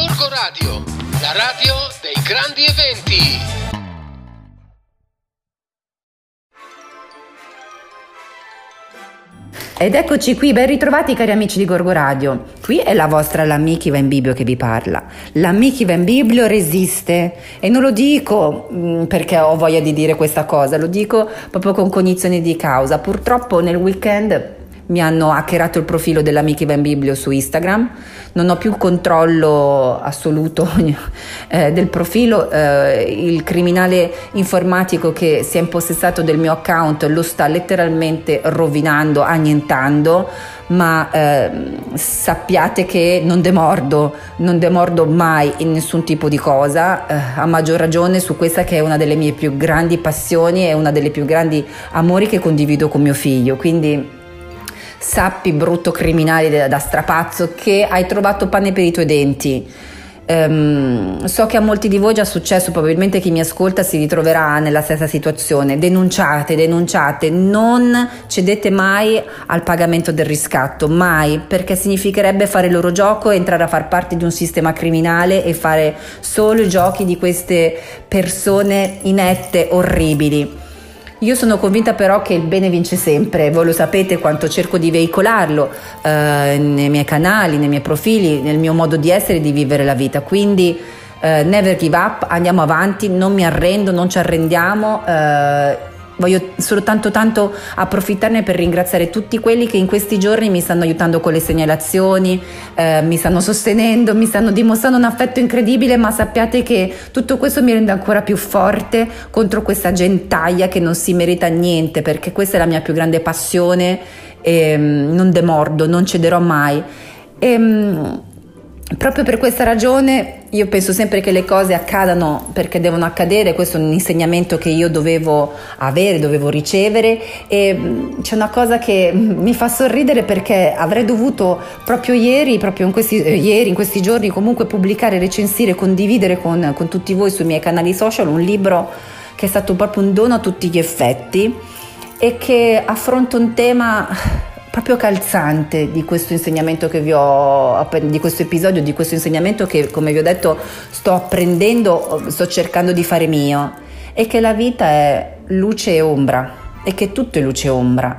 Gorgo Radio, la radio dei grandi eventi. Ed eccoci qui, ben ritrovati cari amici di Gorgo Radio. Qui è la vostra L'Amici va in Biblio che vi parla. L'Amici va in Biblio resiste, e non lo dico perché ho voglia di dire questa cosa, lo dico proprio con cognizione di causa. Purtroppo nel weekend mi hanno hackerato il profilo dell'Amici va in Biblio su Instagram, non ho più controllo assoluto del profilo, il criminale informatico che si è impossessato del mio account lo sta letteralmente rovinando, annientando, ma sappiate che non demordo mai in nessun tipo di cosa, a maggior ragione su questa che è una delle mie più grandi passioni e una delle più grandi amori che condivido con mio figlio. Quindi sappi, brutto criminale da strapazzo, che hai trovato pane per i tuoi denti. So che a molti di voi è già successo, probabilmente chi mi ascolta si ritroverà nella stessa situazione. Denunciate, non cedete mai al pagamento del riscatto, mai, perché significherebbe fare il loro gioco, entrare a far parte di un sistema criminale e fare solo i giochi di queste persone inette, orribili. Io sono convinta però che il bene vince sempre, voi lo sapete quanto cerco di veicolarlo nei miei canali, nei miei profili, nel mio modo di essere e di vivere la vita, quindi never give up, andiamo avanti, non mi arrendo, non ci arrendiamo. Voglio solo tanto approfittarne per ringraziare tutti quelli che in questi giorni mi stanno aiutando con le segnalazioni, mi stanno sostenendo, mi stanno dimostrando un affetto incredibile, ma sappiate che tutto questo mi rende ancora più forte contro questa gentaglia che non si merita niente, perché questa è la mia più grande passione e non demordo, non cederò mai. Proprio per questa ragione io penso sempre che le cose accadano perché devono accadere, questo è un insegnamento che io dovevo ricevere, e c'è una cosa che mi fa sorridere perché avrei dovuto proprio in questi giorni comunque pubblicare, recensire, condividere con tutti voi sui miei canali social un libro che è stato proprio un dono a tutti gli effetti e che affronta un tema proprio calzante di questo insegnamento che di questo episodio, di questo insegnamento che, come vi ho detto, sto apprendendo, sto cercando di fare mio, e che la vita è luce e ombra, e che tutto è luce e ombra.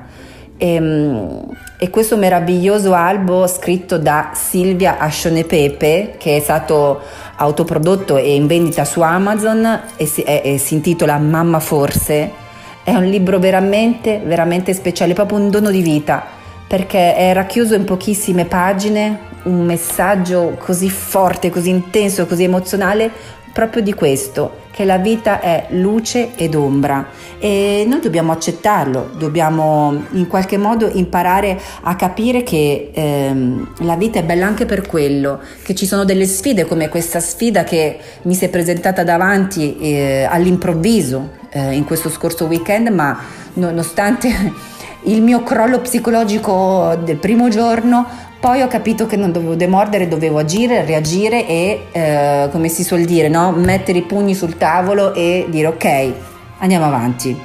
E questo meraviglioso albo scritto da Silvia Ascione Pepe, che è stato autoprodotto e in vendita su Amazon e si intitola Mamma Forse, è un libro veramente, veramente speciale, proprio un dono di vita, perché è racchiuso in pochissime pagine un messaggio così forte, così intenso, così emozionale, proprio di questo, che la vita è luce ed ombra e noi dobbiamo accettarlo, dobbiamo in qualche modo imparare a capire che la vita è bella anche per quello, che ci sono delle sfide come questa sfida che mi si è presentata davanti all'improvviso in questo scorso weekend, ma nonostante il mio crollo psicologico del primo giorno, poi ho capito che non dovevo demordere, dovevo agire, reagire e come si suol dire, no? Mettere i pugni sul tavolo e dire ok, andiamo avanti.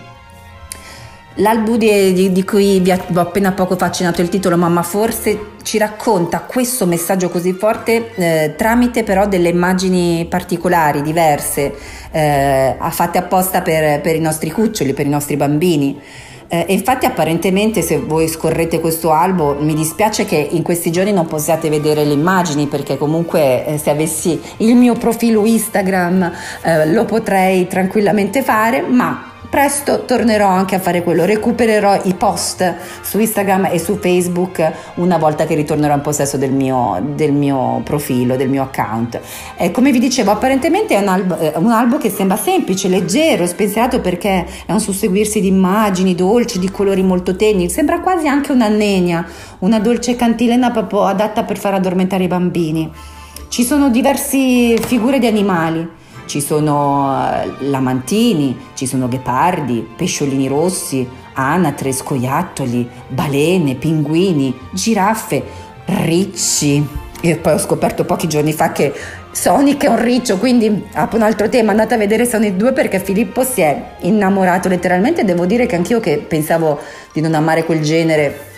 L'albo di cui vi ho appena poco fa accennato il titolo, Mamma Forse, ci racconta questo messaggio così forte tramite però delle immagini particolari, diverse, fatte apposta per i nostri cuccioli, per i nostri bambini. E infatti apparentemente, se voi scorrete questo albo, mi dispiace che in questi giorni non possiate vedere le immagini, perché comunque se avessi il mio profilo Instagram lo potrei tranquillamente fare, ma presto tornerò anche a fare quello, recupererò i post su Instagram e su Facebook una volta che ritornerò in possesso del mio profilo, del mio account. Come vi dicevo, apparentemente è un albo che sembra semplice, leggero, spensierato, perché è un susseguirsi di immagini dolci, di colori molto tenui, sembra quasi anche una nenia, una dolce cantilena proprio adatta per far addormentare i bambini. Ci sono diverse figure di animali. Ci sono lamantini, ci sono ghepardi, pesciolini rossi, anatre, scoiattoli, balene, pinguini, giraffe, ricci. E poi ho scoperto pochi giorni fa che Sonic è un riccio, quindi apro un altro tema, andate a vedere Sonic 2 perché Filippo si è innamorato letteralmente. Devo dire che anch'io, che pensavo di non amare quel genere,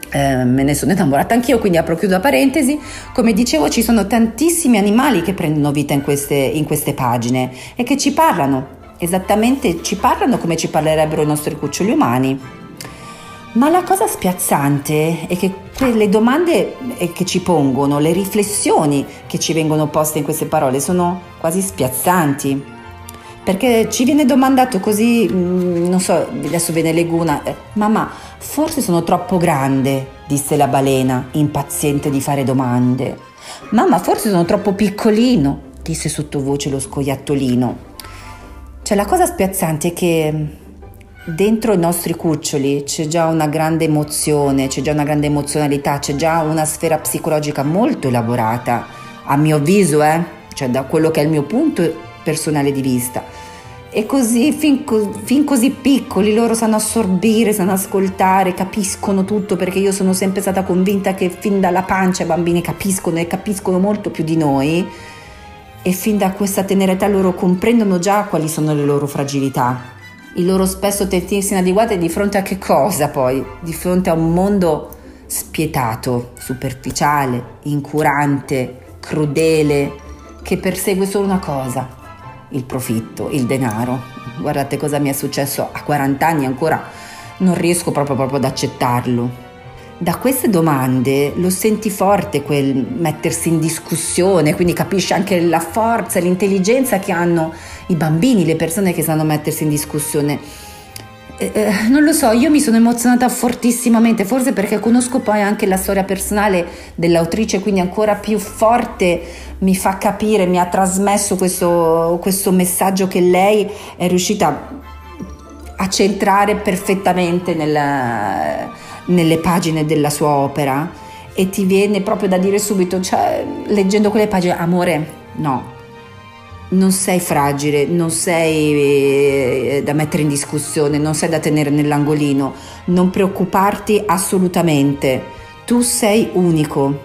me ne sono innamorata anch'io, quindi apro e chiudo la parentesi. Come dicevo, ci sono tantissimi animali che prendono vita in queste pagine e che ci parlano, esattamente ci parlano come ci parlerebbero i nostri cuccioli umani. Ma la cosa spiazzante è che quelle domande che ci pongono, le riflessioni che ci vengono poste in queste parole sono quasi spiazzanti, perché ci viene domandato così, non so, adesso ve ne leggo una: mamma, forse sono troppo grande, disse la balena, impaziente di fare domande. Mamma, forse sono troppo piccolino, disse sottovoce lo scoiattolino. Cioè, la cosa spiazzante è che dentro i nostri cuccioli c'è già una grande emozione, c'è già una grande emozionalità, c'è già una sfera psicologica molto elaborata, a mio avviso, cioè da quello che è il mio punto personale di vista. E così, fin così piccoli, loro sanno assorbire, sanno ascoltare, capiscono tutto, perché io sono sempre stata convinta che fin dalla pancia i bambini capiscono e capiscono molto più di noi, e fin da questa tenera età loro comprendono già quali sono le loro fragilità. Il loro spesso sentirsi inadeguate di fronte a che cosa poi? Di fronte a un mondo spietato, superficiale, incurante, crudele, che persegue solo una cosa: il profitto, il denaro. Guardate cosa mi è successo a 40 anni, ancora non riesco proprio ad accettarlo. Da queste domande lo senti forte quel mettersi in discussione, quindi capisci anche la forza e l'intelligenza che hanno i bambini, le persone che sanno mettersi in discussione. Non lo so, io mi sono emozionata fortissimamente, forse perché conosco poi anche la storia personale dell'autrice, quindi ancora più forte mi fa capire, mi ha trasmesso questo messaggio che lei è riuscita a centrare perfettamente nelle pagine della sua opera, e ti viene proprio da dire subito, cioè, leggendo quelle pagine: amore, no, non sei fragile, non sei da mettere in discussione, non sei da tenere nell'angolino, non preoccuparti assolutamente, tu sei unico,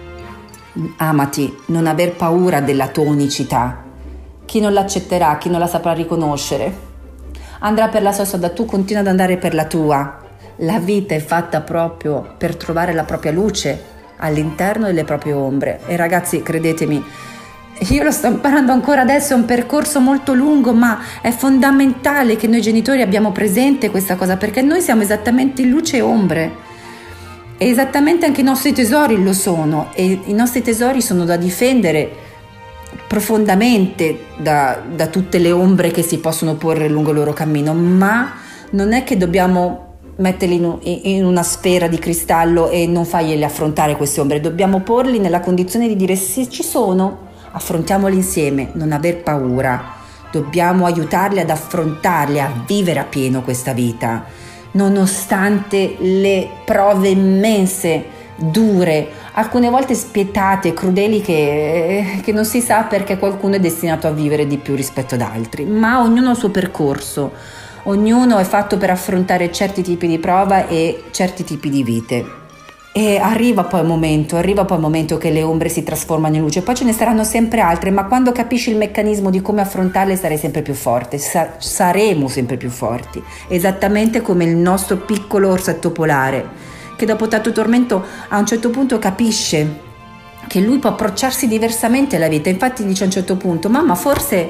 amati, non aver paura della tua unicità. Chi non l'accetterà, chi non la saprà riconoscere, andrà per la sua strada, tu continua ad andare per la tua. La vita è fatta proprio per trovare la propria luce all'interno delle proprie ombre, e ragazzi, credetemi, io lo sto imparando ancora adesso, è un percorso molto lungo, ma è fondamentale che noi genitori abbiamo presente questa cosa, perché noi siamo esattamente in luce e ombre, e esattamente anche i nostri tesori lo sono, e i nostri tesori sono da difendere profondamente da tutte le ombre che si possono porre lungo il loro cammino, ma non è che dobbiamo metterli in una sfera di cristallo e non farglieli affrontare queste ombre, dobbiamo porli nella condizione di dire: se ci sono, affrontiamoli insieme, non aver paura, dobbiamo aiutarli ad affrontarli, a vivere appieno questa vita, nonostante le prove immense, dure, alcune volte spietate, crudeli, che non si sa perché qualcuno è destinato a vivere di più rispetto ad altri, ma ognuno ha il suo percorso. Ognuno è fatto per affrontare certi tipi di prova e certi tipi di vite. E arriva poi un momento che le ombre si trasformano in luce, poi ce ne saranno sempre altre, ma quando capisci il meccanismo di come affrontarle sarai sempre più forte, saremo sempre più forti, esattamente come il nostro piccolo orsetto polare, che dopo tanto tormento a un certo punto capisce che lui può approcciarsi diversamente alla vita. Infatti dice a un certo punto: mamma forse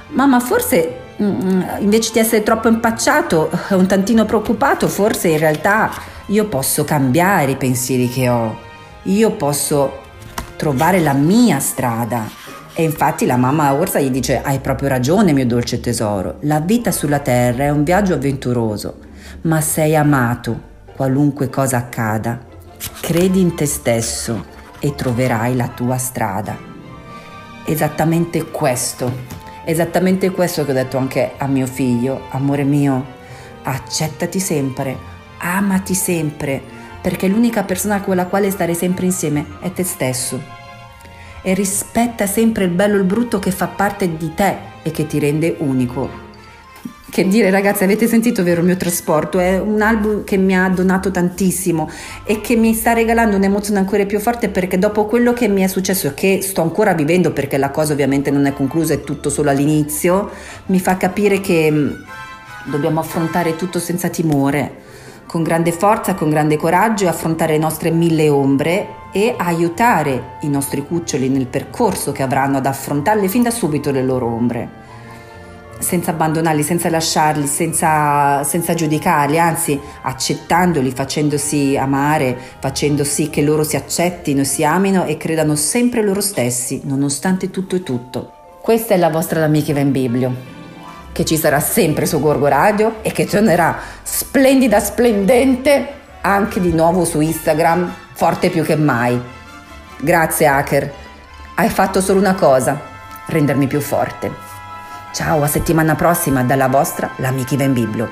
invece di essere troppo impacciato, un tantino preoccupato, forse in realtà io posso cambiare i pensieri che ho, io posso trovare la mia strada. E infatti la mamma orsa gli dice: hai proprio ragione, mio dolce tesoro, la vita sulla terra è un viaggio avventuroso, ma sei amato qualunque cosa accada. Credi in te stesso e troverai la tua strada. Esattamente questo che ho detto anche a mio figlio: amore mio, accettati sempre, amati sempre, perché l'unica persona con la quale stare sempre insieme è te stesso, e rispetta sempre il bello e il brutto che fa parte di te e che ti rende unico. Che dire, ragazzi, avete sentito, vero, il mio trasporto? È un album che mi ha donato tantissimo e che mi sta regalando un'emozione ancora più forte, perché dopo quello che mi è successo e che sto ancora vivendo, perché la cosa ovviamente non è conclusa, è tutto solo all'inizio, mi fa capire che dobbiamo affrontare tutto senza timore, con grande forza, con grande coraggio, affrontare le nostre 1000 ombre e aiutare i nostri cuccioli nel percorso che avranno ad affrontarle fin da subito le loro ombre, senza abbandonarli, senza lasciarli, senza giudicarli, anzi accettandoli, facendosi amare, facendo sì che loro si accettino, si amino e credano sempre loro stessi, nonostante tutto e tutto. Questa è la vostra Amica va in Biblio, che ci sarà sempre su Gorgo Radio e che tornerà splendida, splendente anche di nuovo su Instagram, forte più che mai. Grazie hacker, hai fatto solo una cosa, rendermi più forte. Ciao, a settimana prossima dalla vostra l'Amica va in Biblio.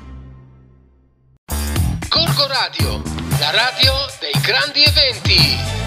Gorgo Radio, la radio dei grandi eventi.